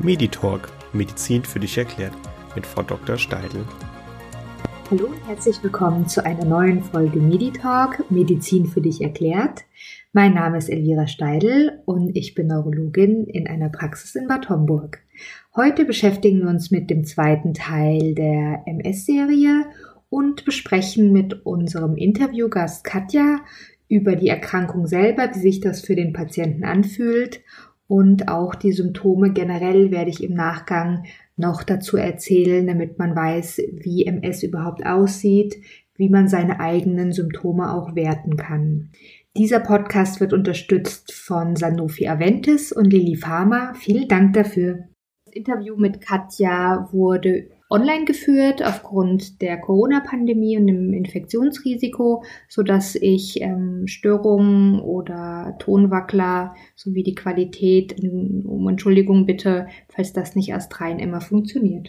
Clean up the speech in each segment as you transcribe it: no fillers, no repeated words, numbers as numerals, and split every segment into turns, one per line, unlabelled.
Meditalk, Medizin für dich erklärt, mit Frau Dr. Steidl.
Hallo und herzlich willkommen zu einer neuen Folge Meditalk, Medizin für dich erklärt. Mein Name ist Elvira Steidl und ich bin Neurologin in einer Praxis in Bad Homburg. Heute beschäftigen wir uns mit dem zweiten Teil der MS-Serie und besprechen mit unserem Interviewgast Katja über die Erkrankung selber, wie sich das für den Patienten anfühlt, und auch die Symptome generell werde ich im Nachgang noch dazu erzählen, damit man weiß, wie MS überhaupt aussieht, wie man seine eigenen Symptome auch werten kann. Dieser Podcast wird unterstützt von Sanofi Aventis und Lilly Pharma. Vielen Dank dafür. Das Interview mit Katja wurde online geführt aufgrund der Corona-Pandemie und dem Infektionsrisiko, sodass ich Störungen oder Tonwackler sowie die Qualität um Entschuldigung bitte, falls das nicht astrein immer funktioniert.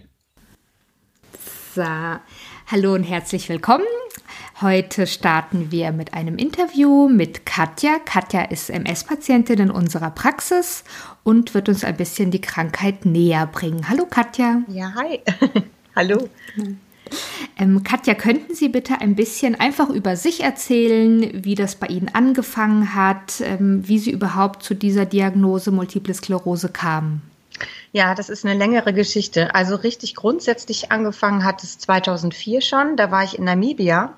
So, hallo und herzlich willkommen. Heute starten wir mit einem Interview mit Katja. Katja ist MS-Patientin in unserer Praxis und wird uns ein bisschen die Krankheit näher bringen. Hallo Katja.
Ja, hi. Hallo.
Katja, könnten Sie bitte ein bisschen einfach über sich erzählen, wie das bei Ihnen angefangen hat, wie Sie überhaupt zu dieser Diagnose Multiple Sklerose kamen?
Ja, das ist eine längere Geschichte. Also richtig grundsätzlich angefangen hat es 2004 schon. Da war ich in Namibia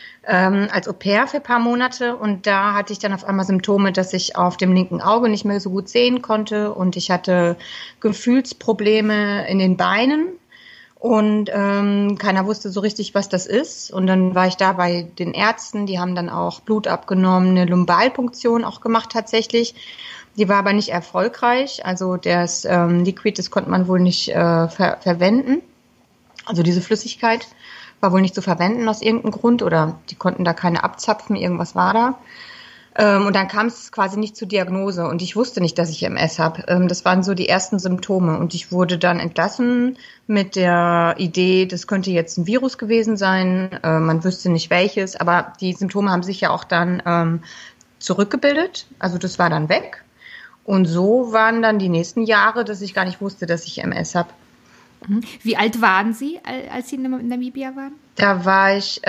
als Au-pair für ein paar Monate und da hatte ich dann auf einmal Symptome, dass ich auf dem linken Auge nicht mehr so gut sehen konnte und ich hatte Gefühlsprobleme in den Beinen und keiner wusste so richtig, was das ist. Und dann war ich da bei den Ärzten, die haben dann auch Blut abgenommen, eine Lumbalpunktion auch gemacht tatsächlich. Die war aber nicht erfolgreich, also das Liquid, das konnte man wohl nicht verwenden, also diese Flüssigkeit war wohl nicht zu verwenden aus irgendeinem Grund oder die konnten da keine abzapfen, irgendwas war da. Und dann kam es quasi nicht zur Diagnose und ich wusste nicht, dass ich MS habe. Das waren so die ersten Symptome und ich wurde dann entlassen mit der Idee, das könnte jetzt ein Virus gewesen sein, man wüsste nicht welches, aber die Symptome haben sich ja auch dann zurückgebildet, also das war dann weg. Und so waren dann die nächsten Jahre, dass ich gar nicht wusste, dass ich MS habe.
Wie alt waren Sie, als Sie in Namibia waren?
Da war ich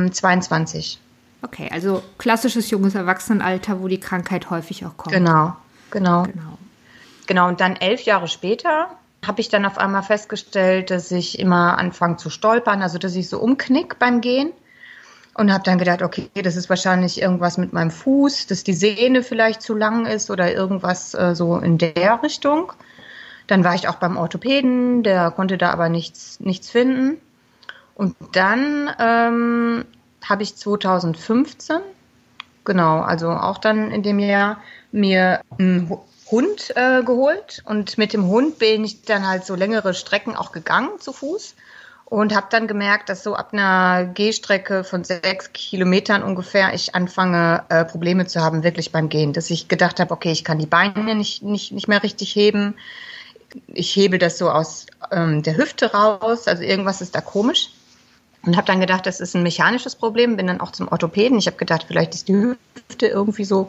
22.
Okay, also klassisches junges Erwachsenenalter, wo die Krankheit häufig auch kommt.
Genau. Und dann 11 Jahre später habe ich dann auf einmal festgestellt, dass ich immer anfange zu stolpern, also dass ich so umknick beim Gehen. Und habe dann gedacht, okay, das ist wahrscheinlich irgendwas mit meinem Fuß, dass die Sehne vielleicht zu lang ist oder irgendwas so in der Richtung. Dann war ich auch beim Orthopäden, der konnte da aber nichts finden. Und dann habe ich 2015, genau, also auch dann in dem Jahr, mir einen Hund geholt. Und mit dem Hund bin ich dann halt so längere Strecken auch gegangen zu Fuß. Und habe dann gemerkt, dass so ab einer Gehstrecke von 6 Kilometern ungefähr ich anfange, Probleme zu haben, wirklich beim Gehen. Dass ich gedacht habe, okay, ich kann die Beine nicht mehr richtig heben. Ich hebe das so aus der Hüfte raus, also irgendwas ist da komisch. Und habe dann gedacht, das ist ein mechanisches Problem, bin dann auch zum Orthopäden. Ich habe gedacht, vielleicht ist die Hüfte irgendwie so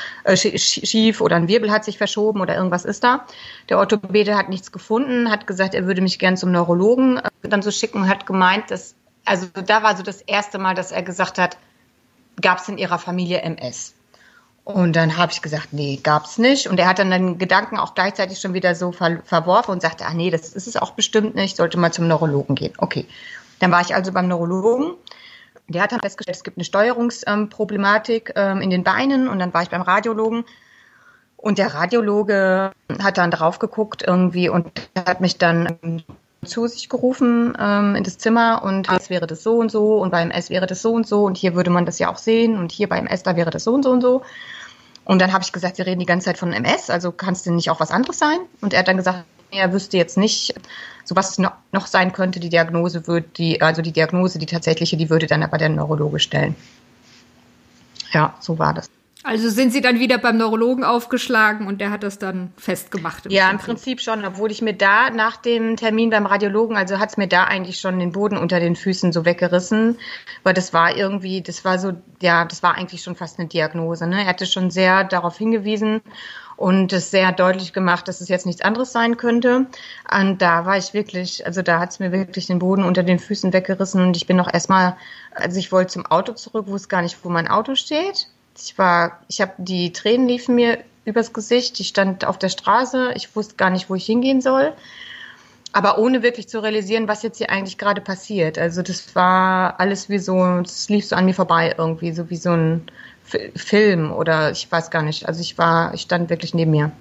schief oder ein Wirbel hat sich verschoben oder irgendwas ist da. Der Orthopäde hat nichts gefunden, hat gesagt, er würde mich gern zum Neurologen dann so schicken und hat gemeint, dass, also da war so das erste Mal, dass er gesagt hat, gab es in Ihrer Familie MS? Und dann habe ich gesagt, nee, gab's nicht. Und er hat dann den Gedanken auch gleichzeitig schon wieder so verworfen und sagte, nee, das ist es auch bestimmt nicht, sollte mal zum Neurologen gehen. Okay, dann war ich also beim Neurologen. Der hat dann festgestellt, es gibt eine Steuerungsproblematik in den Beinen und dann war ich beim Radiologen und der Radiologe hat dann drauf geguckt irgendwie und hat mich dann zu sich gerufen in das Zimmer und jetzt wäre das so und so und beim MS wäre das so und hier würde man das ja auch sehen und hier beim MS, da wäre das so und so und so. Und dann habe ich gesagt, Sie reden die ganze Zeit von MS, also kann es denn nicht auch was anderes sein? Und er hat dann gesagt, er wüsste jetzt nicht, so was noch sein könnte, die Diagnose, die tatsächliche, die würde dann aber der Neurologe stellen. Ja, so war das.
Also sind Sie dann wieder beim Neurologen aufgeschlagen und der hat das dann festgemacht?
Im Prinzip schon, obwohl ich mir da nach dem Termin beim Radiologen, also hat es mir da eigentlich schon den Boden unter den Füßen so weggerissen, weil das war eigentlich schon fast eine Diagnose, ne? Er hatte schon sehr darauf hingewiesen und es sehr deutlich gemacht, dass es jetzt nichts anderes sein könnte. Und da war ich wirklich, also da hat es mir wirklich den Boden unter den Füßen weggerissen und ich bin noch erstmal, also ich wollte zum Auto zurück, wusste gar nicht, wo mein Auto steht. Die Tränen liefen mir übers Gesicht, ich stand auf der Straße, ich wusste gar nicht, wo ich hingehen soll. Aber ohne wirklich zu realisieren, was jetzt hier eigentlich gerade passiert. Also das war alles das lief so an mir vorbei irgendwie, so wie so ein Film oder ich weiß gar nicht. Also ich stand wirklich neben mir.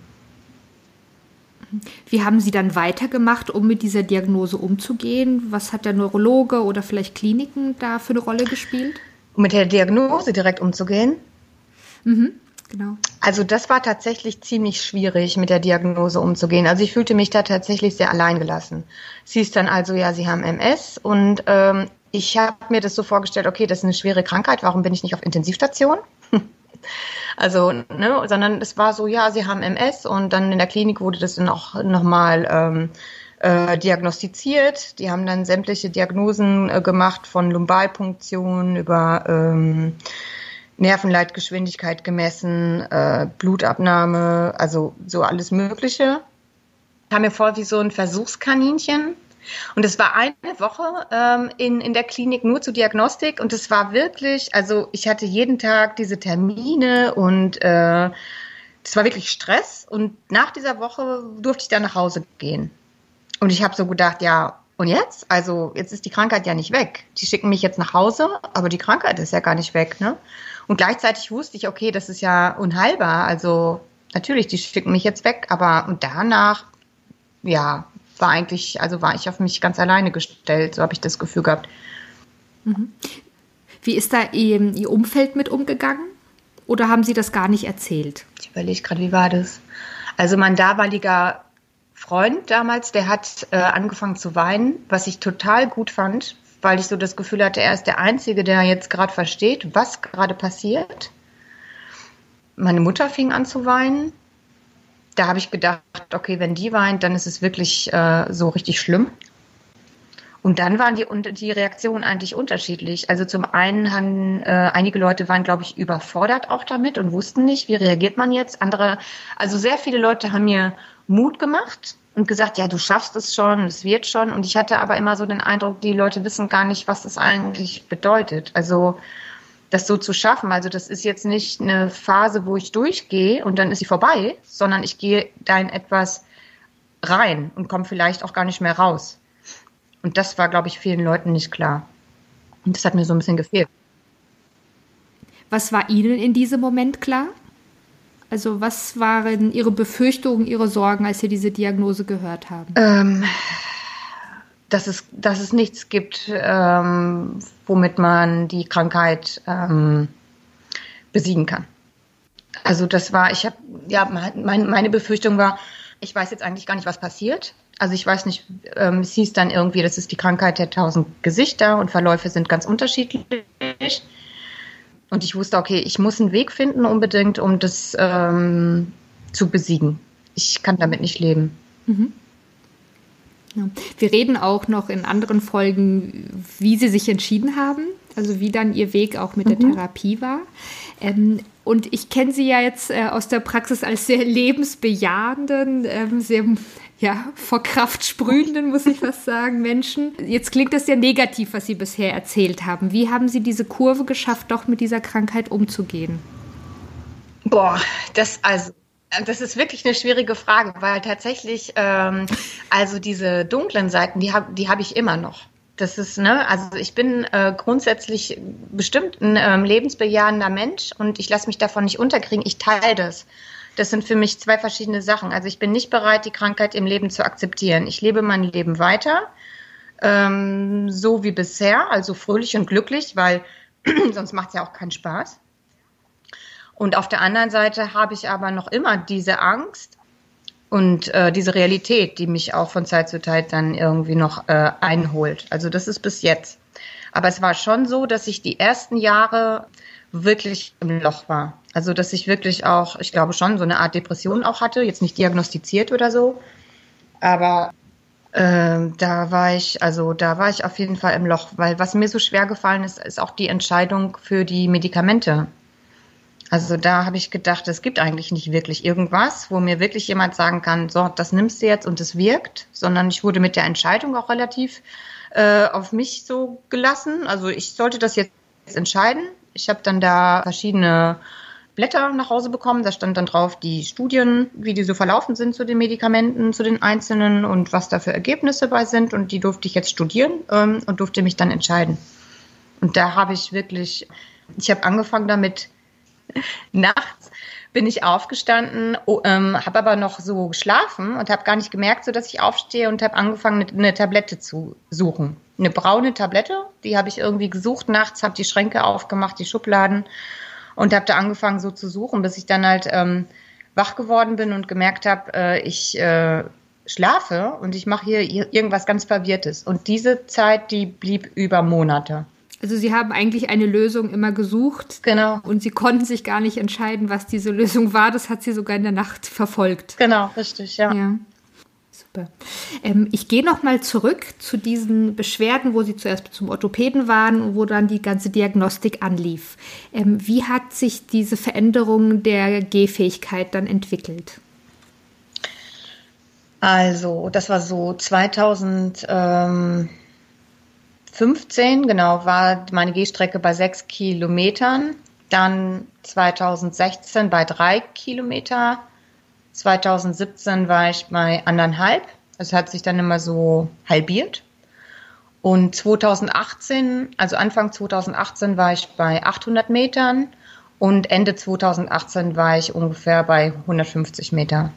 Wie haben Sie dann weitergemacht, um mit dieser Diagnose umzugehen? Was hat der Neurologe oder vielleicht Kliniken da für eine Rolle gespielt?
Um mit der Diagnose direkt umzugehen?
Genau.
Also das war tatsächlich ziemlich schwierig, mit der Diagnose umzugehen. Also ich fühlte mich da tatsächlich sehr alleingelassen. Es hieß dann also, ja, Sie haben MS und ich habe mir das so vorgestellt, okay, das ist eine schwere Krankheit, warum bin ich nicht auf Intensivstation? Also, ne, sondern es war so, ja, Sie haben MS und dann in der Klinik wurde das dann auch nochmal diagnostiziert. Die haben dann sämtliche Diagnosen gemacht von Lumbalpunktion über Nervenleitgeschwindigkeit gemessen, Blutabnahme, also so alles Mögliche. Ich kam mir vor wie so ein Versuchskaninchen. Und es war eine Woche in der Klinik nur zur Diagnostik. Und es war wirklich, also ich hatte jeden Tag diese Termine und es war wirklich Stress. Und nach dieser Woche durfte ich dann nach Hause gehen. Und ich habe so gedacht, ja, und jetzt? Also jetzt ist die Krankheit ja nicht weg. Die schicken mich jetzt nach Hause, aber die Krankheit ist ja gar nicht weg, ne? Und gleichzeitig wusste ich, okay, das ist ja unheilbar. Also natürlich, die schicken mich jetzt weg, aber und danach, ja, war ich auf mich ganz alleine gestellt. So habe ich das Gefühl gehabt.
Wie ist da Ihr Umfeld mit umgegangen? Oder haben Sie das gar nicht erzählt?
Ich überlege gerade, wie war das? Also mein damaliger Freund damals, der hat angefangen zu weinen, was ich total gut fand, weil ich so das Gefühl hatte, er ist der Einzige, der jetzt gerade versteht, was gerade passiert. Meine Mutter fing an zu weinen. Da habe ich gedacht, okay, wenn die weint, dann ist es wirklich so richtig schlimm. Und dann waren die Reaktionen eigentlich unterschiedlich. Also zum einen haben einige Leute waren, glaube ich, überfordert auch damit und wussten nicht, wie reagiert man jetzt. Also sehr viele Leute haben mir Mut gemacht und gesagt, ja, du schaffst es schon, es wird schon. Und ich hatte aber immer so den Eindruck, die Leute wissen gar nicht, was das eigentlich bedeutet. Also das so zu schaffen. Also das ist jetzt nicht eine Phase, wo ich durchgehe und dann ist sie vorbei, sondern ich gehe da in etwas rein und komme vielleicht auch gar nicht mehr raus. Und das war, glaube ich, vielen Leuten nicht klar. Und das hat mir so ein bisschen gefehlt.
Was war Ihnen in diesem Moment klar? Also was waren Ihre Befürchtungen, Ihre Sorgen, als Sie diese Diagnose gehört haben?
Dass es nichts gibt, womit man die Krankheit besiegen kann. Also meine Befürchtung war, ich weiß jetzt eigentlich gar nicht, was passiert. Also ich weiß nicht, es hieß dann irgendwie, das ist die Krankheit der 1000 Gesichter und Verläufe sind ganz unterschiedlich. Und ich wusste, okay, ich muss einen Weg finden unbedingt, um das zu besiegen. Ich kann damit nicht leben.
Ja. Wir reden auch noch in anderen Folgen, wie Sie sich entschieden haben, also wie dann Ihr Weg auch mit der Therapie war. Und ich kenne Sie ja jetzt aus der Praxis als sehr lebensbejahenden, sehr vor Kraft sprühenden, muss ich fast sagen, Menschen. Jetzt klingt das sehr negativ, was Sie bisher erzählt haben. Wie haben Sie diese Kurve geschafft, doch mit dieser Krankheit umzugehen?
Boah, das ist wirklich eine schwierige Frage, weil tatsächlich, also diese dunklen Seiten, die hab ich immer noch. Das ist, also ich bin grundsätzlich bestimmt ein lebensbejahender Mensch und ich lasse mich davon nicht unterkriegen. Ich teile das. Das sind für mich zwei verschiedene Sachen. Also ich bin nicht bereit, die Krankheit im Leben zu akzeptieren. Ich lebe mein Leben weiter, so wie bisher, also fröhlich und glücklich, weil sonst macht es ja auch keinen Spaß. Und auf der anderen Seite habe ich aber noch immer diese Angst und diese Realität, die mich auch von Zeit zu Zeit dann irgendwie noch einholt. Also das ist bis jetzt. Aber es war schon so, dass ich die ersten Jahre wirklich im Loch war. Also dass ich wirklich auch, ich glaube schon, so eine Art Depression auch hatte, jetzt nicht diagnostiziert oder so. Aber da war ich auf jeden Fall im Loch, weil was mir so schwer gefallen ist, ist auch die Entscheidung für die Medikamente. Also da habe ich gedacht, es gibt eigentlich nicht wirklich irgendwas, wo mir wirklich jemand sagen kann, so, das nimmst du jetzt und es wirkt, sondern ich wurde mit der Entscheidung auch relativ auf mich so gelassen. Also ich sollte das jetzt entscheiden. Ich habe dann da verschiedene Blätter nach Hause bekommen. Da stand dann drauf die Studien, wie die so verlaufen sind zu den Medikamenten, zu den einzelnen und was da für Ergebnisse bei sind. Und die durfte ich jetzt studieren und durfte mich dann entscheiden. Und da habe ich habe angefangen damit, nachts bin ich aufgestanden, habe aber noch so geschlafen und habe gar nicht gemerkt, so dass ich aufstehe und habe angefangen, eine Tablette zu suchen. Eine braune Tablette, die habe ich irgendwie gesucht nachts, habe die Schränke aufgemacht, die Schubladen und habe da angefangen so zu suchen, bis ich dann halt wach geworden bin und gemerkt habe, ich schlafe und ich mache hier irgendwas ganz Verwirrtes. Und diese Zeit, die blieb über Monate.
Also Sie haben eigentlich eine Lösung immer gesucht.
Genau.
Und Sie konnten sich gar nicht entscheiden, was diese Lösung war. Das hat Sie sogar in der Nacht verfolgt.
Genau, richtig, ja.
Super. Ich gehe noch mal zurück zu diesen Beschwerden, wo Sie zuerst zum Orthopäden waren und wo dann die ganze Diagnostik anlief. Wie hat sich diese Veränderung der Gehfähigkeit dann entwickelt?
Also, das war so 2015, genau, war meine Gehstrecke bei 6 Kilometern. Dann 2016 bei 3 Kilometer. 2017 war ich bei 1,5. Das hat sich dann immer so halbiert. Und 2018, also Anfang 2018 war ich bei 800 Metern. Und Ende 2018 war ich ungefähr bei 150 Meter.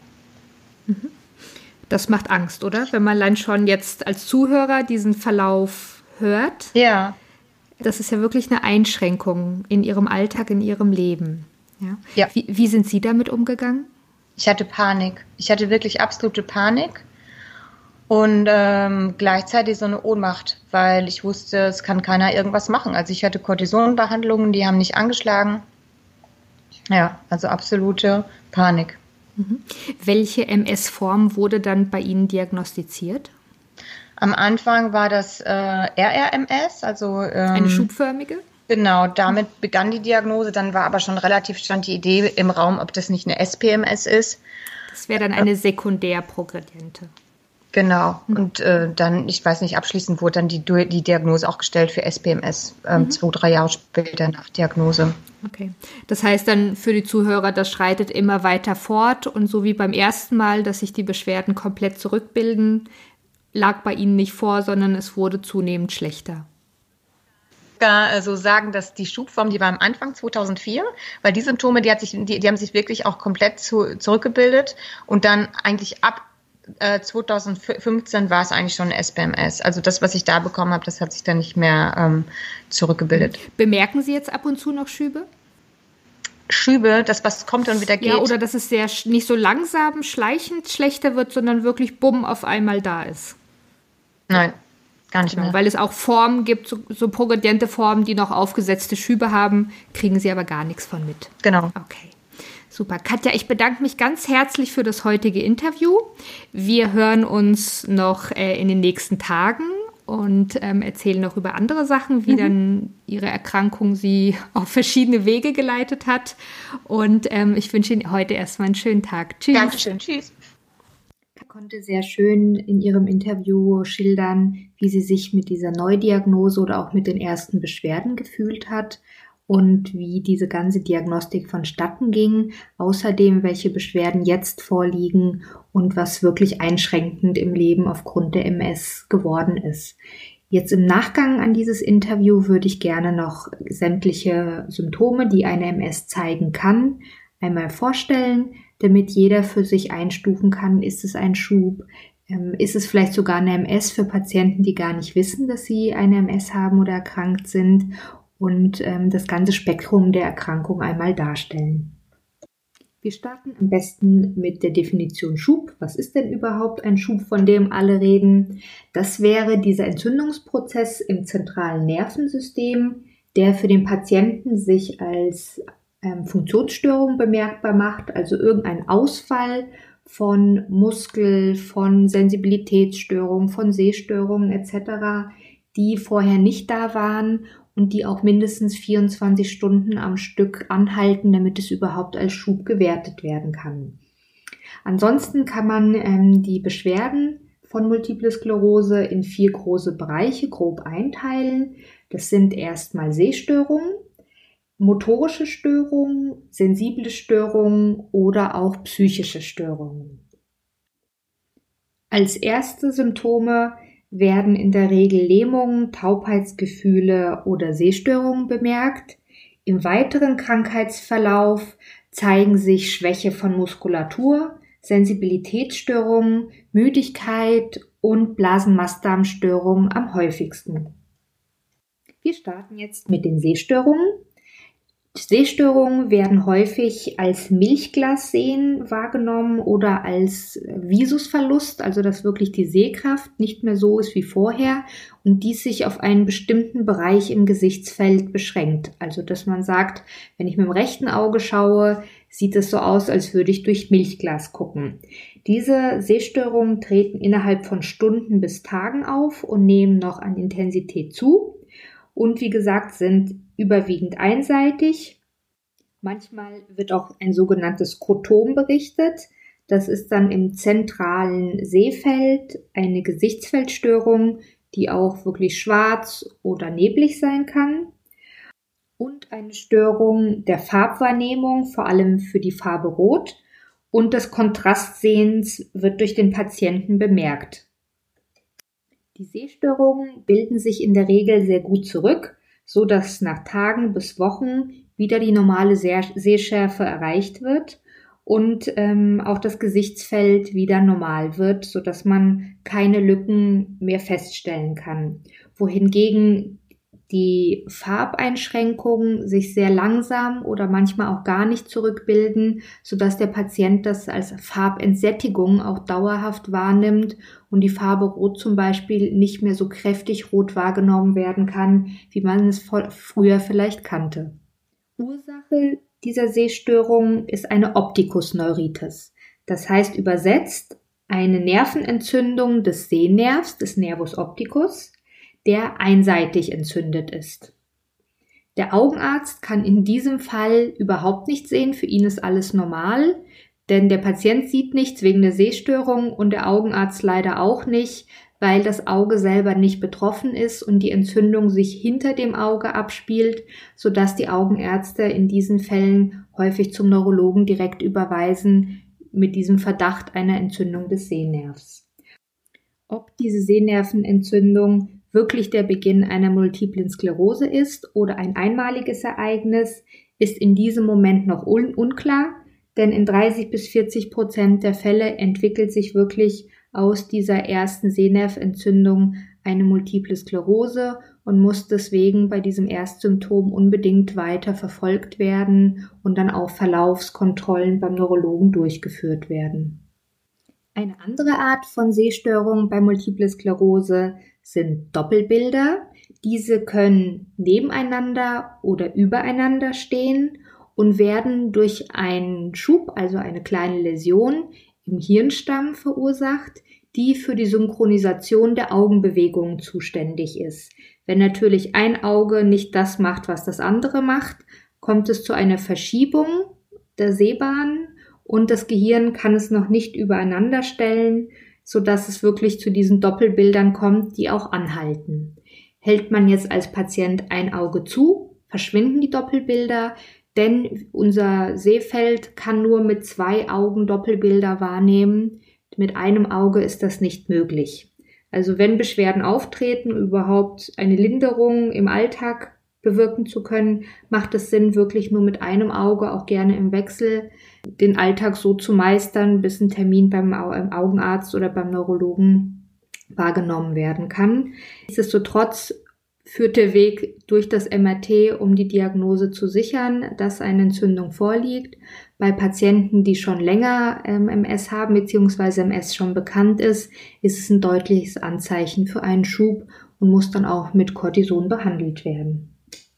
Das macht Angst, oder? Wenn man dann schon jetzt als Zuhörer diesen Verlauf hört.
Ja.
Das ist ja wirklich eine Einschränkung in Ihrem Alltag, in Ihrem Leben.
Ja.
Wie sind Sie damit umgegangen?
Ich hatte Panik. Ich hatte wirklich absolute Panik und gleichzeitig so eine Ohnmacht, weil ich wusste, es kann keiner irgendwas machen. Also ich hatte Cortisonbehandlungen, die haben nicht angeschlagen. Ja, also absolute Panik.
Welche MS-Form wurde dann bei Ihnen diagnostiziert?
Am Anfang war das RRMS, also
eine schubförmige?
Genau, damit begann die Diagnose. Dann war aber schon relativ stand die Idee im Raum, ob das nicht eine SPMS ist.
Das wäre dann eine sekundärprogrediente.
Genau. Und dann, ich weiß nicht, abschließend wurde dann die Diagnose auch gestellt für SPMS, 2-3 Jahre später nach Diagnose.
Okay. Das heißt dann für die Zuhörer, das schreitet immer weiter fort und so wie beim ersten Mal, dass sich die Beschwerden komplett zurückbilden, lag bei Ihnen nicht vor, sondern es wurde zunehmend schlechter.
Also sagen, dass die Schubform, die war am Anfang 2004, weil die Symptome, die haben sich wirklich auch komplett zurückgebildet und dann eigentlich ab 2015 war es eigentlich schon eine SPMS. Also das, was ich da bekommen habe, das hat sich dann nicht mehr zurückgebildet.
Bemerken Sie jetzt ab und zu noch Schübe?
Schübe, das was kommt und wieder geht.
Ja, oder dass es nicht so langsam, schleichend schlechter wird, sondern wirklich bumm auf einmal da ist.
Nein, gar nicht mehr.
Weil es auch Formen gibt, so progrediente Formen, die noch aufgesetzte Schübe haben, kriegen Sie aber gar nichts von mit.
Genau.
Okay. Super. Katja, ich bedanke mich ganz herzlich für das heutige Interview. Wir hören uns noch in den nächsten Tagen und erzählen noch über andere Sachen, wie dann Ihre Erkrankung Sie auf verschiedene Wege geleitet hat. Und ich wünsche Ihnen heute erstmal einen schönen Tag. Tschüss.
Dankeschön. Tschüss.
Sie konnte sehr schön in ihrem Interview schildern, wie sie sich mit dieser Neudiagnose oder auch mit den ersten Beschwerden gefühlt hat und wie diese ganze Diagnostik vonstatten ging, außerdem welche Beschwerden jetzt vorliegen und was wirklich einschränkend im Leben aufgrund der MS geworden ist. Jetzt im Nachgang an dieses Interview würde ich gerne noch sämtliche Symptome, die eine MS zeigen kann, einmal vorstellen, damit jeder für sich einstufen kann, ist es ein Schub, ist es vielleicht sogar eine MS für Patienten, die gar nicht wissen, dass sie eine MS haben oder erkrankt sind und das ganze Spektrum der Erkrankung einmal darstellen. Wir starten am besten mit der Definition Schub. Was ist denn überhaupt ein Schub, von dem alle reden? Das wäre dieser Entzündungsprozess im zentralen Nervensystem, der für den Patienten sich als Funktionsstörung bemerkbar macht, also irgendein Ausfall von Muskel, von Sensibilitätsstörungen, von Sehstörungen etc., die vorher nicht da waren und die auch mindestens 24 Stunden am Stück anhalten, damit es überhaupt als Schub gewertet werden kann. Ansonsten kann man die Beschwerden von Multiple Sklerose in 4 große Bereiche grob einteilen. Das sind erstmal Sehstörungen, motorische Störungen, sensible Störungen oder auch psychische Störungen. Als erste Symptome werden in der Regel Lähmungen, Taubheitsgefühle oder Sehstörungen bemerkt. Im weiteren Krankheitsverlauf zeigen sich Schwäche von Muskulatur, Sensibilitätsstörungen, Müdigkeit und Blasenmastdarmstörungen am häufigsten. Wir starten jetzt mit den Sehstörungen. Sehstörungen werden häufig als Milchglassehen wahrgenommen oder als Visusverlust, also dass wirklich die Sehkraft nicht mehr so ist wie vorher und dies sich auf einen bestimmten Bereich im Gesichtsfeld beschränkt. Also dass man sagt, wenn ich mit dem rechten Auge schaue, sieht es so aus, als würde ich durch Milchglas gucken. Diese Sehstörungen treten innerhalb von Stunden bis Tagen auf und nehmen noch an Intensität zu. Und wie gesagt, sind überwiegend einseitig. Manchmal wird auch ein sogenanntes Skrotom berichtet. Das ist dann im zentralen Sehfeld eine Gesichtsfeldstörung, die auch wirklich schwarz oder neblig sein kann. Und eine Störung der Farbwahrnehmung, vor allem für die Farbe Rot. Und des Kontrastsehens wird durch den Patienten bemerkt. Die Sehstörungen bilden sich in der Regel sehr gut zurück, so dass nach Tagen bis Wochen wieder die normale Sehschärfe erreicht wird und auch das Gesichtsfeld wieder normal wird, so dass man keine Lücken mehr feststellen kann. Wohingegen die Farbeinschränkungen sich sehr langsam oder manchmal auch gar nicht zurückbilden, sodass der Patient das als Farbentsättigung auch dauerhaft wahrnimmt und die Farbe Rot zum Beispiel nicht mehr so kräftig rot wahrgenommen werden kann, wie man es früher vielleicht kannte. Ursache dieser Sehstörung ist eine Optikusneuritis. Das heißt übersetzt eine Nervenentzündung des Sehnervs, des Nervus opticus, der einseitig entzündet ist. Der Augenarzt kann in diesem Fall überhaupt nicht sehen, für ihn ist alles normal, denn der Patient sieht nichts wegen der Sehstörung und der Augenarzt leider auch nicht, weil das Auge selber nicht betroffen ist und die Entzündung sich hinter dem Auge abspielt, sodass die Augenärzte in diesen Fällen häufig zum Neurologen direkt überweisen mit diesem Verdacht einer Entzündung des Sehnervs. Ob diese Sehnervenentzündung wirklich der Beginn einer multiplen Sklerose ist oder ein einmaliges Ereignis, ist in diesem Moment noch unklar, denn in 30-40% der Fälle entwickelt sich wirklich aus dieser ersten Sehnerventzündung eine multiple Sklerose und muss deswegen bei diesem Erstsymptom unbedingt weiter verfolgt werden und dann auch Verlaufskontrollen beim Neurologen durchgeführt werden. Eine andere Art von Sehstörung bei Multiple Sklerose sind Doppelbilder. Diese können nebeneinander oder übereinander stehen und werden durch einen Schub, also eine kleine Läsion im Hirnstamm verursacht, die für die Synchronisation der Augenbewegungen zuständig ist. Wenn natürlich ein Auge nicht das macht, was das andere macht, kommt es zu einer Verschiebung der Sehbahn und das Gehirn kann es noch nicht übereinander stellen, sodass es wirklich zu diesen Doppelbildern kommt, die auch anhalten. Hält man jetzt als Patient ein Auge zu, verschwinden die Doppelbilder, denn unser Sehfeld kann nur mit 2 Augen Doppelbilder wahrnehmen. Mit einem Auge ist das nicht möglich. Also wenn Beschwerden auftreten, überhaupt eine Linderung im Alltag bewirken zu können, macht es Sinn, wirklich nur mit einem Auge, auch gerne im Wechsel, den Alltag so zu meistern, bis ein Termin beim Augenarzt oder beim Neurologen wahrgenommen werden kann. Nichtsdestotrotz führt der Weg durch das MRT, um die Diagnose zu sichern, dass eine Entzündung vorliegt. Bei Patienten, die schon länger MS haben bzw. MS schon bekannt ist es ein deutliches Anzeichen für einen Schub und muss dann auch mit Cortison behandelt werden.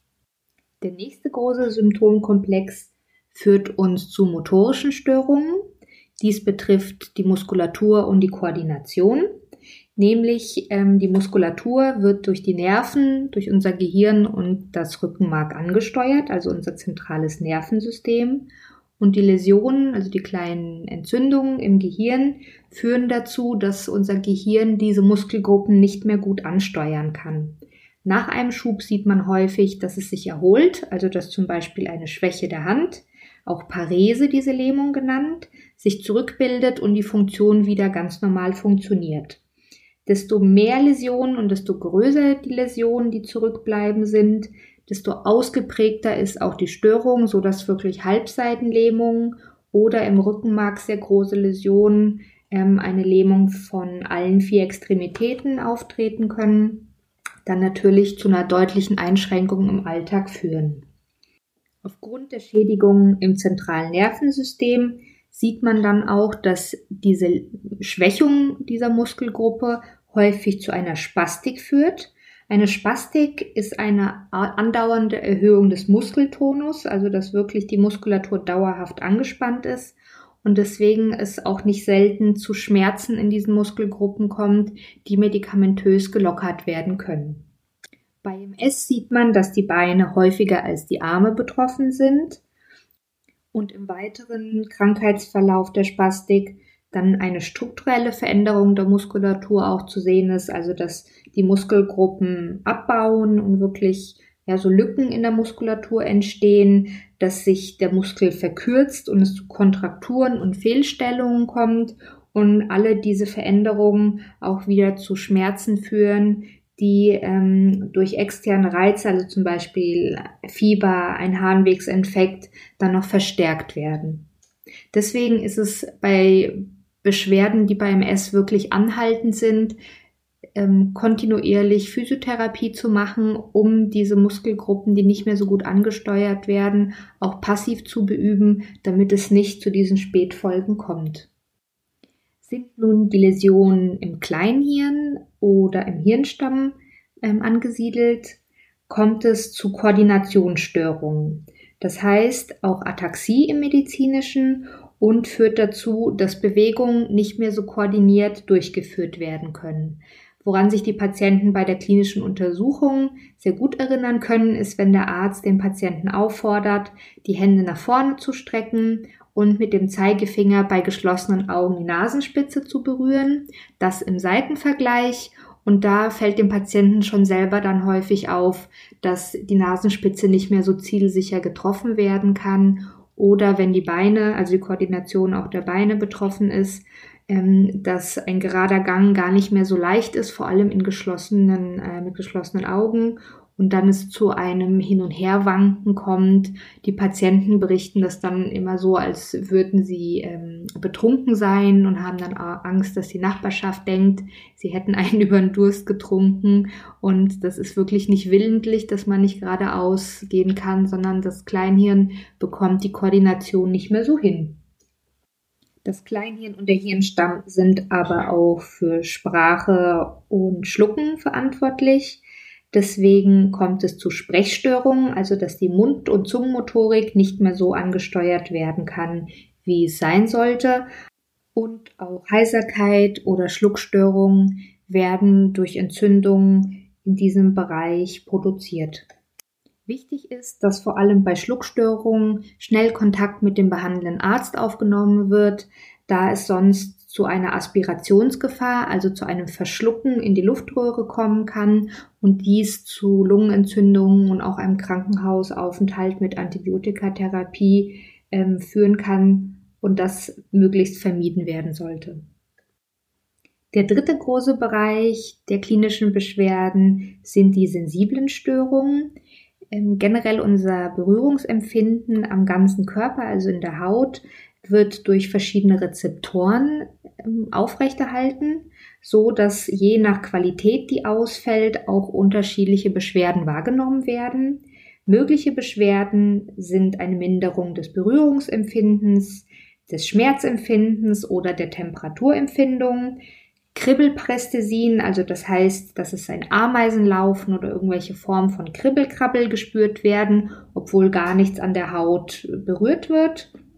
Der nächste große Symptomkomplex führt uns zu motorischen Störungen. Dies betrifft die Muskulatur und die Koordination. Nämlich die Muskulatur wird durch die Nerven, durch unser Gehirn und das Rückenmark angesteuert, also unser zentrales Nervensystem. Und die Läsionen, also die kleinen Entzündungen im Gehirn, führen dazu, dass unser Gehirn diese Muskelgruppen nicht mehr gut ansteuern kann. Nach einem Schub sieht man häufig, dass es sich erholt, also dass zum Beispiel eine Schwäche der Hand, auch Parese, diese Lähmung genannt, sich zurückbildet und die Funktion wieder ganz normal funktioniert. Desto mehr Läsionen und desto größer die Läsionen, die zurückbleiben sind, desto ausgeprägter ist auch die Störung, sodass wirklich Halbseitenlähmungen oder im Rückenmark sehr große Läsionen, eine Lähmung von allen 4 Extremitäten auftreten können, dann natürlich zu einer deutlichen Einschränkung im Alltag führen. Aufgrund der Schädigungen im zentralen Nervensystem sieht man dann auch, dass diese Schwächung dieser Muskelgruppe häufig zu einer Spastik führt. Eine Spastik ist eine andauernde Erhöhung des Muskeltonus, also dass wirklich die Muskulatur dauerhaft angespannt ist und deswegen es auch nicht selten zu Schmerzen in diesen Muskelgruppen kommt, die medikamentös gelockert werden können. Bei MS sieht man, dass die Beine häufiger als die Arme betroffen sind und im weiteren Krankheitsverlauf der Spastik dann eine strukturelle Veränderung der Muskulatur auch zu sehen ist, also dass die Muskelgruppen abbauen und wirklich so Lücken in der Muskulatur entstehen, dass sich der Muskel verkürzt und es zu Kontrakturen und Fehlstellungen kommt und alle diese Veränderungen auch wieder zu Schmerzen führen, die durch externe Reize, also zum Beispiel Fieber, ein Harnwegsinfekt, dann noch verstärkt werden. Deswegen ist es bei Beschwerden, die bei MS wirklich anhaltend sind, kontinuierlich Physiotherapie zu machen, um diese Muskelgruppen, die nicht mehr so gut angesteuert werden, auch passiv zu beüben, damit es nicht zu diesen Spätfolgen kommt. Sind nun die Läsionen im Kleinhirn oder im Hirnstamm angesiedelt, kommt es zu Koordinationsstörungen. Das heißt auch Ataxie im Medizinischen und führt dazu, dass Bewegungen nicht mehr so koordiniert durchgeführt werden können. Woran sich die Patienten bei der klinischen Untersuchung sehr gut erinnern können, ist, wenn der Arzt den Patienten auffordert, die Hände nach vorne zu strecken und mit dem Zeigefinger bei geschlossenen Augen die Nasenspitze zu berühren. Das im Seitenvergleich. Und da fällt dem Patienten schon selber dann häufig auf, dass die Nasenspitze nicht mehr so zielsicher getroffen werden kann. Oder wenn die Beine, also die Koordination auch der Beine betroffen ist, dass ein gerader Gang gar nicht mehr so leicht ist, vor allem mit geschlossenen Augen. Und dann es zu einem Hin- und Herwanken kommt. Die Patienten berichten das dann immer so, als würden sie betrunken sein und haben dann Angst, dass die Nachbarschaft denkt, sie hätten einen über den Durst getrunken. Und das ist wirklich nicht willentlich, dass man nicht geradeaus gehen kann, sondern das Kleinhirn bekommt die Koordination nicht mehr so hin. Das Kleinhirn und der Hirnstamm sind aber auch für Sprache und Schlucken verantwortlich. Deswegen kommt es zu Sprechstörungen, also dass die Mund- und Zungenmotorik nicht mehr so angesteuert werden kann, wie es sein sollte. Und auch Heiserkeit oder Schluckstörungen werden durch Entzündungen in diesem Bereich produziert. Wichtig ist, dass vor allem bei Schluckstörungen schnell Kontakt mit dem behandelnden Arzt aufgenommen wird, da es sonst zu einer Aspirationsgefahr, also zu einem Verschlucken in die Luftröhre kommen kann und dies zu Lungenentzündungen und auch einem Krankenhausaufenthalt mit Antibiotikatherapie führen kann und das möglichst vermieden werden sollte. Der dritte große Bereich der klinischen Beschwerden sind die sensiblen Störungen. Generell unser Berührungsempfinden am ganzen Körper, also in der Haut, wird durch verschiedene Rezeptoren aufrechterhalten, so dass je nach Qualität, die ausfällt, auch unterschiedliche Beschwerden wahrgenommen werden. Mögliche Beschwerden sind eine Minderung des Berührungsempfindens, des Schmerzempfindens oder der Temperaturempfindung. Kribbelparästhesien, also das heißt, dass es ein Ameisenlaufen oder irgendwelche Form von Kribbelkrabbel gespürt werden, obwohl gar nichts an der Haut berührt wird.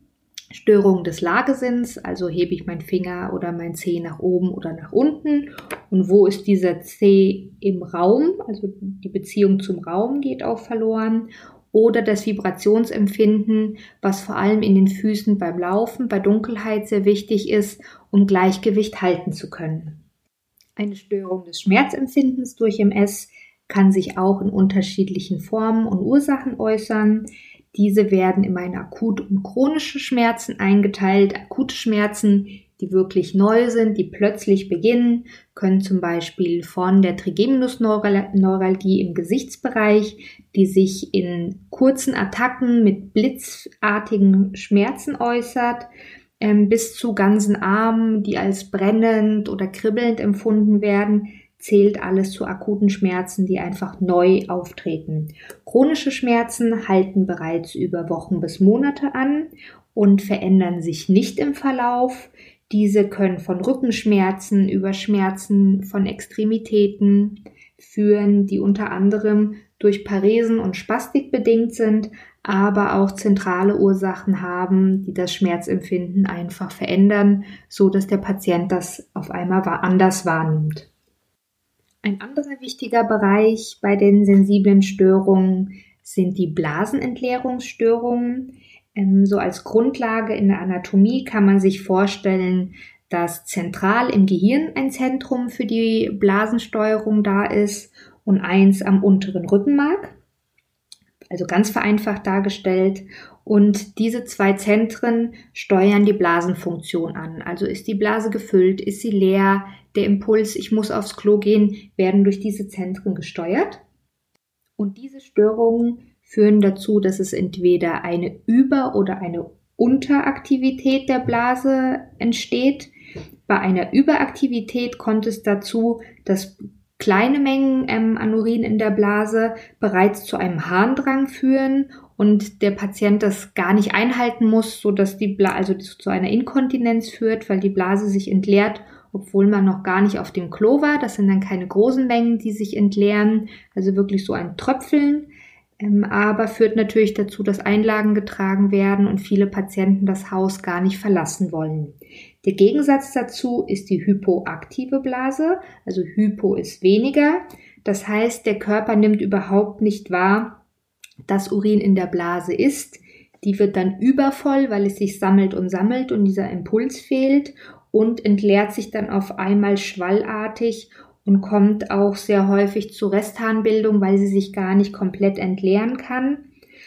Störungen des Lagesinns, also hebe ich meinen Finger oder meinen Zeh nach oben oder nach unten und wo ist dieser Zeh im Raum, also die Beziehung zum Raum geht auch verloren, oder das Vibrationsempfinden, was vor allem in den Füßen beim Laufen, bei Dunkelheit sehr wichtig ist, um Gleichgewicht halten zu können. Eine Störung des Schmerzempfindens durch MS kann sich auch in unterschiedlichen Formen und Ursachen äußern. Diese werden in meine akute und chronische Schmerzen eingeteilt. Akute Schmerzen, die wirklich neu sind, die plötzlich beginnen, können zum Beispiel von der Trigeminusneuralgie im Gesichtsbereich, die sich in kurzen Attacken mit blitzartigen Schmerzen äußert, bis zu ganzen Armen, die als brennend oder kribbelnd empfunden werden, zählt alles zu akuten Schmerzen, die einfach neu auftreten. Chronische Schmerzen halten bereits über Wochen bis Monate an und verändern sich nicht im Verlauf. Diese können von Rückenschmerzen über Schmerzen von Extremitäten führen, die unter anderem durch Paresen und Spastik bedingt sind, aber auch zentrale Ursachen haben, die das Schmerzempfinden einfach verändern, so dass der Patient das auf einmal anders wahrnimmt. Ein anderer wichtiger Bereich bei den sensiblen Störungen sind die Blasenentleerungsstörungen. So als Grundlage in der Anatomie kann man sich vorstellen, dass zentral im Gehirn ein Zentrum für die Blasensteuerung da ist und eins am unteren Rückenmark, also ganz vereinfacht dargestellt. Und diese zwei Zentren steuern die Blasenfunktion an. Also ist die Blase gefüllt, ist sie leer, der Impuls, ich muss aufs Klo gehen, werden durch diese Zentren gesteuert. Und diese Störungen führen dazu, dass es entweder eine Über- oder eine Unteraktivität der Blase entsteht. Bei einer Überaktivität kommt es dazu, dass kleine Mengen an Urin in der Blase bereits zu einem Harndrang führen und der Patient das gar nicht einhalten muss, sodass die Blase zu einer Inkontinenz führt, weil die Blase sich entleert, obwohl man noch gar nicht auf dem Klo war. Das sind dann keine großen Mengen, die sich entleeren, also wirklich so ein Tröpfeln, aber führt natürlich dazu, dass Einlagen getragen werden und viele Patienten das Haus gar nicht verlassen wollen. Der Gegensatz dazu ist die hypoaktive Blase, also Hypo ist weniger. Das heißt, der Körper nimmt überhaupt nicht wahr, dass Urin in der Blase ist. Die wird dann übervoll, weil es sich sammelt und dieser Impuls fehlt und entleert sich dann auf einmal schwallartig und kommt auch sehr häufig zu Restharnbildung, weil sie sich gar nicht komplett entleeren kann.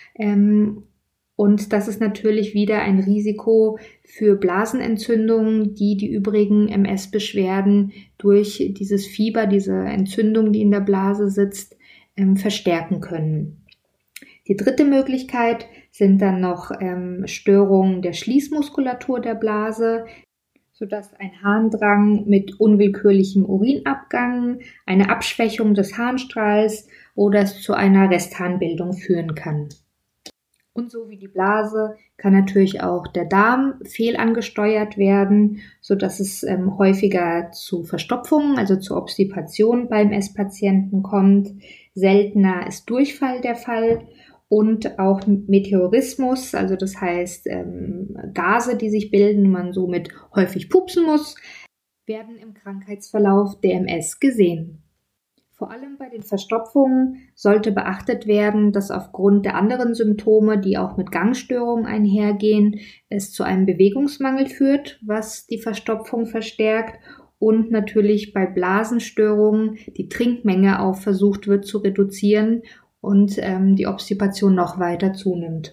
Und das ist natürlich wieder ein Risiko für Blasenentzündungen, die übrigen MS-Beschwerden durch dieses Fieber, diese Entzündung, die in der Blase sitzt, verstärken können. Die dritte Möglichkeit sind dann noch Störungen der Schließmuskulatur der Blase, sodass ein Harndrang mit unwillkürlichem Urinabgang, eine Abschwächung des Harnstrahls oder es zu einer Restharnbildung führen kann. Und so wie die Blase kann natürlich auch der Darm fehlangesteuert werden, sodass es häufiger zu Verstopfungen, also zu Obstipation beim MS-Patienten kommt. Seltener ist Durchfall der Fall. Und auch Meteorismus, also das heißt Gase, die sich bilden, man somit häufig pupsen muss, werden im Krankheitsverlauf der MS gesehen. Vor allem bei den Verstopfungen sollte beachtet werden, dass aufgrund der anderen Symptome, die auch mit Gangstörungen einhergehen, es zu einem Bewegungsmangel führt, was die Verstopfung verstärkt und natürlich bei Blasenstörungen die Trinkmenge auch versucht wird zu reduzieren und die Obstipation noch weiter zunimmt.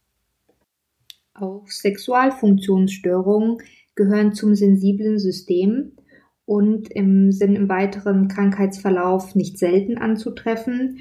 Auch Sexualfunktionsstörungen gehören zum sensiblen System und sind im weiteren Krankheitsverlauf nicht selten anzutreffen.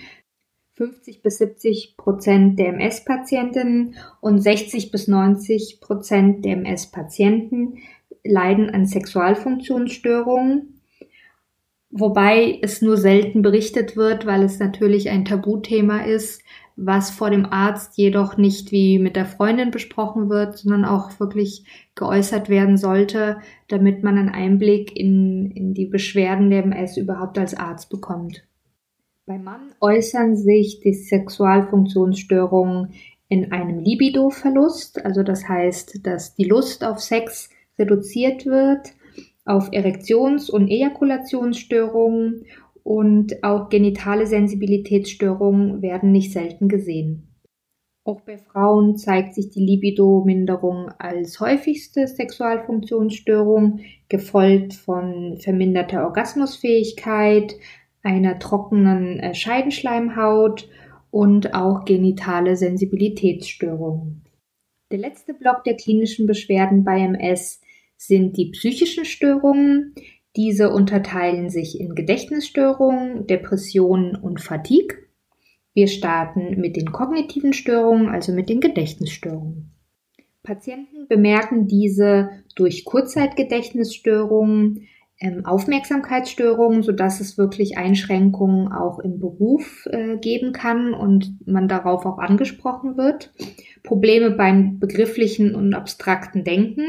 50-70% der MS-Patientinnen und 60-90% der MS-Patienten leiden an Sexualfunktionsstörungen. Wobei es nur selten berichtet wird, weil es natürlich ein Tabuthema ist, was vor dem Arzt jedoch nicht wie mit der Freundin besprochen wird, sondern auch wirklich geäußert werden sollte, damit man einen Einblick in die Beschwerden der MS überhaupt als Arzt bekommt. Beim Mann äußern sich die Sexualfunktionsstörungen in einem Libido-Verlust, also das heißt, dass die Lust auf Sex reduziert wird, auf Erektions- und Ejakulationsstörungen und auch genitale Sensibilitätsstörungen werden nicht selten gesehen. Auch bei Frauen zeigt sich die Libido-Minderung als häufigste Sexualfunktionsstörung, gefolgt von verminderter Orgasmusfähigkeit, einer trockenen Scheidenschleimhaut und auch genitale Sensibilitätsstörungen. Der letzte Block der klinischen Beschwerden bei MS sind die psychischen Störungen. Diese unterteilen sich in Gedächtnisstörungen, Depressionen und Fatigue. Wir starten mit den kognitiven Störungen, also mit den Gedächtnisstörungen. Patienten bemerken diese durch Kurzzeitgedächtnisstörungen, Aufmerksamkeitsstörungen, sodass es wirklich Einschränkungen auch im Beruf geben kann und man darauf auch angesprochen wird. Probleme beim begrifflichen und abstrakten Denken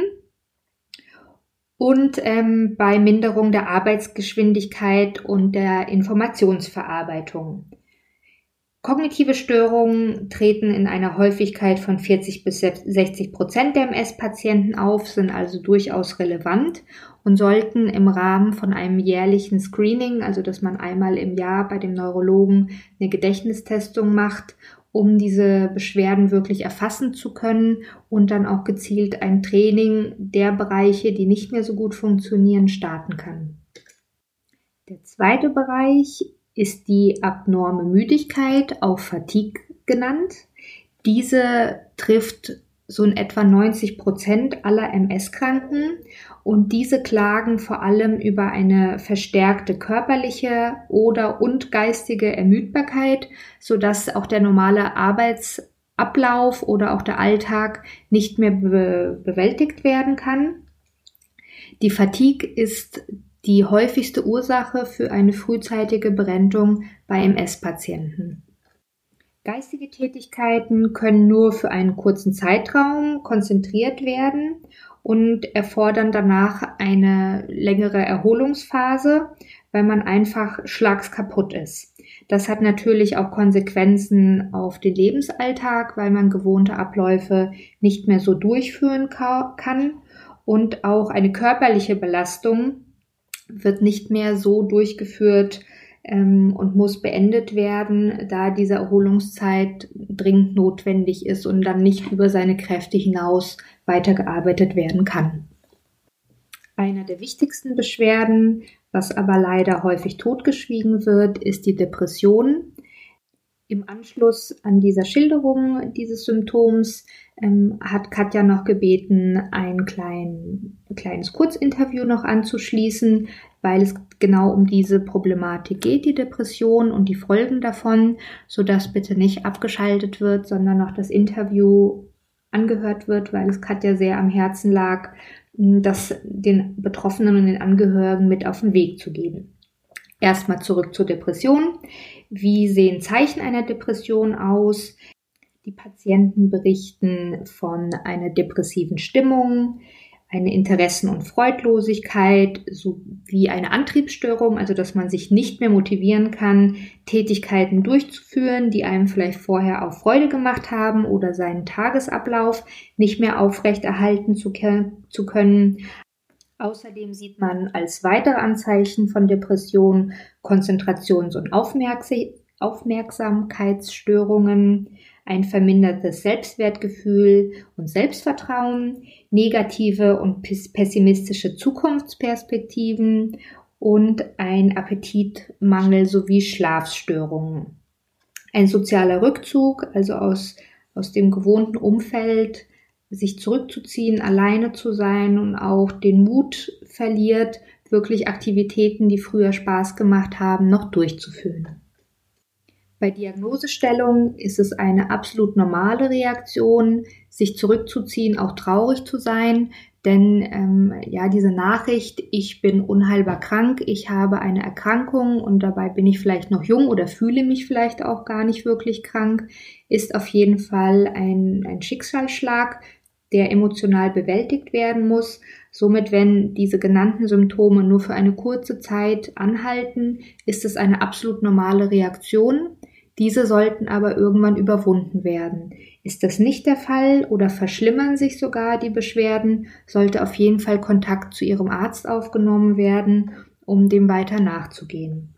und bei Minderung der Arbeitsgeschwindigkeit und der Informationsverarbeitung. Kognitive Störungen treten in einer Häufigkeit von 40-60% der MS-Patienten auf, sind also durchaus relevant und sollten im Rahmen von einem jährlichen Screening, also dass man einmal im Jahr bei dem Neurologen eine Gedächtnistestung macht, um diese Beschwerden wirklich erfassen zu können und dann auch gezielt ein Training der Bereiche, die nicht mehr so gut funktionieren, starten kann. Der zweite Bereich ist die abnorme Müdigkeit, auch Fatigue genannt. Diese trifft so in etwa 90% aller MS-Kranken und diese klagen vor allem über eine verstärkte körperliche und geistige Ermüdbarkeit, sodass auch der normale Arbeitsablauf oder auch der Alltag nicht mehr bewältigt werden kann. Die Fatigue ist die häufigste Ursache für eine frühzeitige Berentung bei MS-Patienten. Geistige Tätigkeiten können nur für einen kurzen Zeitraum konzentriert werden und erfordern danach eine längere Erholungsphase, weil man einfach schlagskaputt ist. Das hat natürlich auch Konsequenzen auf den Lebensalltag, weil man gewohnte Abläufe nicht mehr so durchführen kann und auch eine körperliche Belastung wird nicht mehr so durchgeführt und muss beendet werden, da diese Erholungszeit dringend notwendig ist und dann nicht über seine Kräfte hinaus weitergearbeitet werden kann. Einer der wichtigsten Beschwerden, was aber leider häufig totgeschwiegen wird, ist die Depression. Im Anschluss an dieser Schilderung dieses Symptoms hat Katja noch gebeten, ein kleines Kurzinterview noch anzuschließen, weil es genau um diese Problematik geht, die Depression und die Folgen davon, sodass bitte nicht abgeschaltet wird, sondern noch das Interview angehört wird, weil es Katja sehr am Herzen lag, das den Betroffenen und den Angehörigen mit auf den Weg zu geben. Erstmal zurück zur Depression. Wie sehen Zeichen einer Depression aus? Die Patienten berichten von einer depressiven Stimmung, eine Interessen- und Freudlosigkeit sowie eine Antriebsstörung, also dass man sich nicht mehr motivieren kann, Tätigkeiten durchzuführen, die einem vielleicht vorher auch Freude gemacht haben oder seinen Tagesablauf nicht mehr aufrechterhalten zu können. Außerdem sieht man als weitere Anzeichen von Depression Konzentrations- und Aufmerksamkeitsstörungen, ein vermindertes Selbstwertgefühl und Selbstvertrauen, negative und pessimistische Zukunftsperspektiven und ein Appetitmangel sowie Schlafstörungen. Ein sozialer Rückzug, also aus dem gewohnten Umfeld, sich zurückzuziehen, alleine zu sein und auch den Mut verliert, wirklich Aktivitäten, die früher Spaß gemacht haben, noch durchzuführen. Bei Diagnosestellung ist es eine absolut normale Reaktion, sich zurückzuziehen, auch traurig zu sein, denn diese Nachricht, ich bin unheilbar krank, ich habe eine Erkrankung und dabei bin ich vielleicht noch jung oder fühle mich vielleicht auch gar nicht wirklich krank, ist auf jeden Fall ein Schicksalsschlag, der emotional bewältigt werden muss. Somit, wenn diese genannten Symptome nur für eine kurze Zeit anhalten, ist es eine absolut normale Reaktion, Diese sollten aber irgendwann überwunden werden. Ist das nicht der Fall oder verschlimmern sich sogar die Beschwerden, sollte auf jeden Fall Kontakt zu Ihrem Arzt aufgenommen werden, um dem weiter nachzugehen.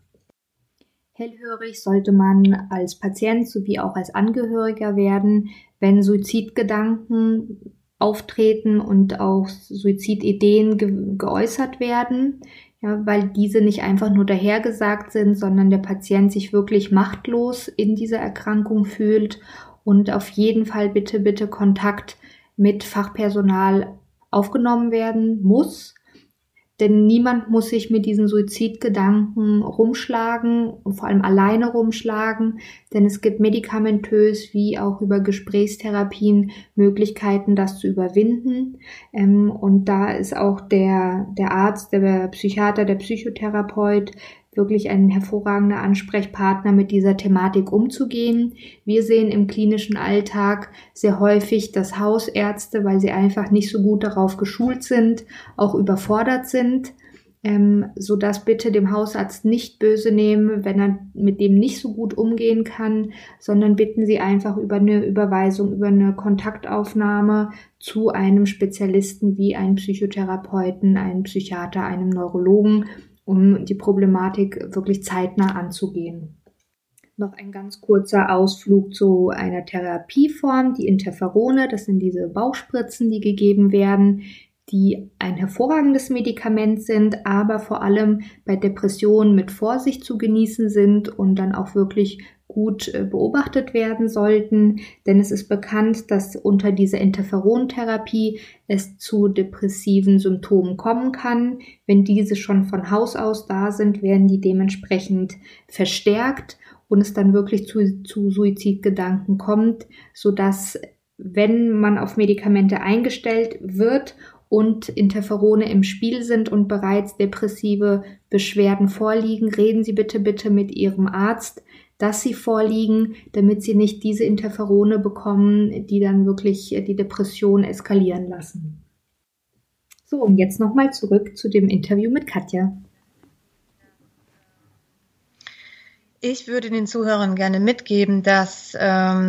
Hellhörig sollte man als Patient sowie auch als Angehöriger werden, wenn Suizidgedanken auftreten und auch Suizidideen geäußert werden, ja, weil diese nicht einfach nur dahergesagt sind, sondern der Patient sich wirklich machtlos in dieser Erkrankung fühlt und auf jeden Fall bitte Kontakt mit Fachpersonal aufgenommen werden muss. Denn niemand muss sich mit diesen Suizidgedanken rumschlagen und vor allem alleine rumschlagen, denn es gibt medikamentös wie auch über Gesprächstherapien Möglichkeiten, das zu überwinden. Und da ist auch der Arzt, der Psychiater, der Psychotherapeut wirklich ein hervorragender Ansprechpartner, mit dieser Thematik umzugehen. Wir sehen im klinischen Alltag sehr häufig, dass Hausärzte, weil sie einfach nicht so gut darauf geschult sind, auch überfordert sind, sodass bitte dem Hausarzt nicht böse nehmen, wenn er mit dem nicht so gut umgehen kann, sondern bitten Sie einfach über eine Überweisung, über eine Kontaktaufnahme zu einem Spezialisten wie einem Psychotherapeuten, einem Psychiater, einem Neurologen, um die Problematik wirklich zeitnah anzugehen. Noch ein ganz kurzer Ausflug zu einer Therapieform, die Interferone. Das sind diese Bauchspritzen, die gegeben werden, die ein hervorragendes Medikament sind, aber vor allem bei Depressionen mit Vorsicht zu genießen sind und dann auch wirklich gut beobachtet werden sollten, denn es ist bekannt, dass unter dieser Interferontherapie es zu depressiven Symptomen kommen kann. Wenn diese schon von Haus aus da sind, werden die dementsprechend verstärkt und es dann wirklich zu Suizidgedanken kommt, sodass, wenn man auf Medikamente eingestellt wird und Interferone im Spiel sind und bereits depressive Beschwerden vorliegen, reden Sie bitte mit Ihrem Arzt, dass sie vorliegen, damit Sie nicht diese Interferone bekommen, die dann wirklich die Depression eskalieren lassen. So, und jetzt nochmal zurück zu dem Interview mit Katja.
Ich würde den Zuhörern gerne mitgeben, dass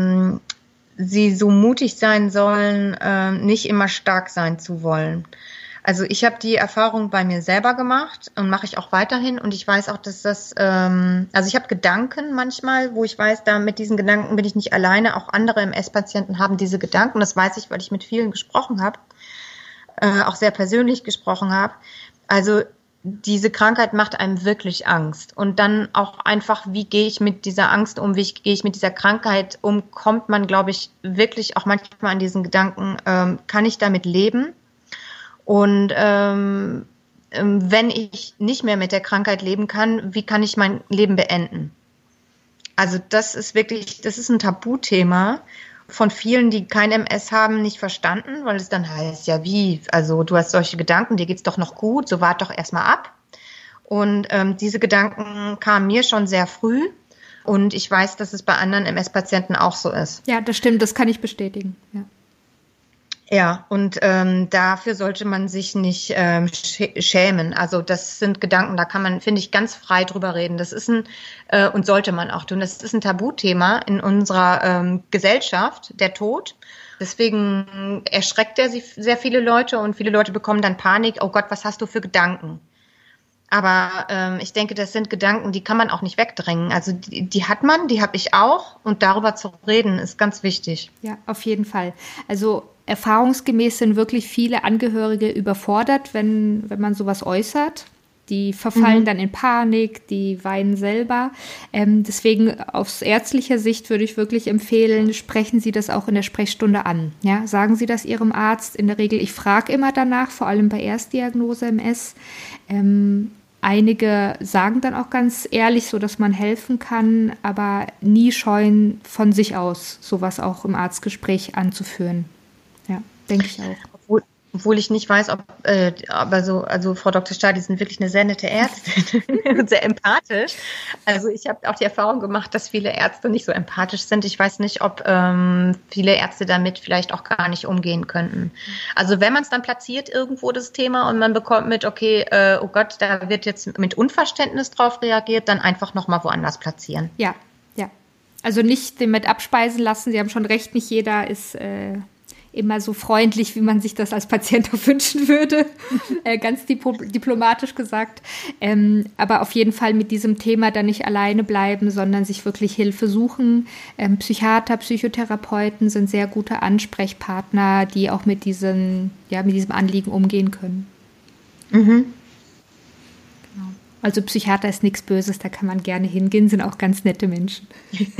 sie so mutig sein sollen, nicht immer stark sein zu wollen. Also ich habe die Erfahrung bei mir selber gemacht und mache ich auch weiterhin, und ich weiß auch, dass das, also ich habe Gedanken manchmal, wo ich weiß, da mit diesen Gedanken bin ich nicht alleine, auch andere MS-Patienten haben diese Gedanken, das weiß ich, weil ich mit vielen gesprochen habe, auch sehr persönlich gesprochen habe. Also diese Krankheit macht einem wirklich Angst, und dann auch einfach, wie gehe ich mit dieser Angst um, wie gehe ich mit dieser Krankheit um, kommt man, glaube ich, wirklich auch manchmal an diesen Gedanken, kann ich damit leben? Und wenn ich nicht mehr mit der Krankheit leben kann, wie kann ich mein Leben beenden? Also das ist ein Tabuthema von vielen, die kein MS haben, nicht verstanden, weil es dann heißt, ja wie, also du hast solche Gedanken, dir geht's doch noch gut, so wart doch erstmal ab. Und diese Gedanken kamen mir schon sehr früh, und ich weiß, dass es bei anderen MS-Patienten auch so ist.
Ja, das stimmt, das kann ich bestätigen, ja.
Ja, und dafür sollte man sich nicht schämen. Also das sind Gedanken, da kann man, finde ich, ganz frei drüber reden. Das ist und sollte man auch tun. Das ist ein Tabuthema in unserer Gesellschaft, der Tod. Deswegen erschreckt er sehr viele Leute, und viele Leute bekommen dann Panik. Oh Gott, was hast du für Gedanken? Aber ich denke, das sind Gedanken, die kann man auch nicht wegdrängen. Also die hat man, die habe ich auch, und darüber zu reden ist ganz wichtig.
Ja, auf jeden Fall. Also erfahrungsgemäß sind wirklich viele Angehörige überfordert, wenn man sowas äußert. Die verfallen dann in Panik, die weinen selber. Deswegen aus ärztlicher Sicht würde ich wirklich empfehlen, sprechen Sie das auch in der Sprechstunde an. Ja, sagen Sie das Ihrem Arzt. In der Regel, ich frage immer danach, vor allem bei Erstdiagnose MS. Einige sagen dann auch ganz ehrlich, so dass man helfen kann, aber nie scheuen, von sich aus sowas auch im Arztgespräch anzuführen. Ja, denke ich auch.
Obwohl ich nicht weiß, also Frau Dr. Stadi sind wirklich eine sehr nette Ärztin und sehr empathisch. Also ich habe auch die Erfahrung gemacht, dass viele Ärzte nicht so empathisch sind. Ich weiß nicht, ob viele Ärzte damit vielleicht auch gar nicht umgehen könnten. Also wenn man es dann platziert irgendwo, das Thema, und man bekommt mit, okay, oh Gott, da wird jetzt mit Unverständnis drauf reagiert, dann einfach nochmal woanders platzieren.
Ja, ja. Also nicht mit abspeisen lassen. Sie haben schon recht, nicht jeder ist immer so freundlich, wie man sich das als Patient auch wünschen würde. Ganz diplomatisch gesagt. Aber auf jeden Fall mit diesem Thema dann nicht alleine bleiben, sondern sich wirklich Hilfe suchen. Psychiater, Psychotherapeuten sind sehr gute Ansprechpartner, die auch mit diesem Anliegen umgehen können. Mhm. Genau. Also Psychiater ist nichts Böses, da kann man gerne hingehen, sind auch ganz nette Menschen.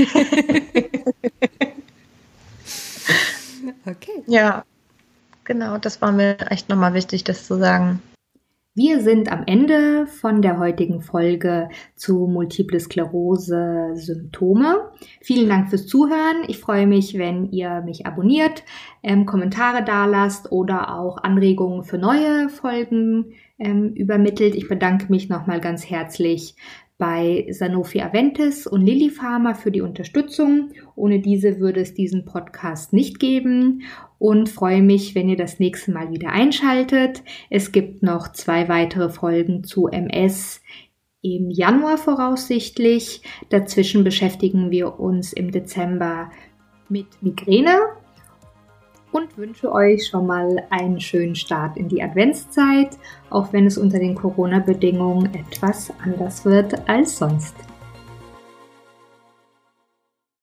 Okay. Ja, genau, das war mir echt nochmal wichtig, das zu sagen.
Wir sind am Ende von der heutigen Folge zu Multiple Sklerose Symptome. Vielen Dank fürs Zuhören. Ich freue mich, wenn ihr mich abonniert, Kommentare dalasst oder auch Anregungen für neue Folgen übermittelt. Ich bedanke mich nochmal ganz herzlich bei Sanofi Aventis und Lilly Pharma für die Unterstützung. Ohne diese würde es diesen Podcast nicht geben und freue mich, wenn ihr das nächste Mal wieder einschaltet. Es gibt noch 2 weitere Folgen zu MS im Januar voraussichtlich. Dazwischen beschäftigen wir uns im Dezember mit Migräne und wünsche euch schon mal einen schönen Start in die Adventszeit, auch wenn es unter den Corona-Bedingungen etwas anders wird als sonst.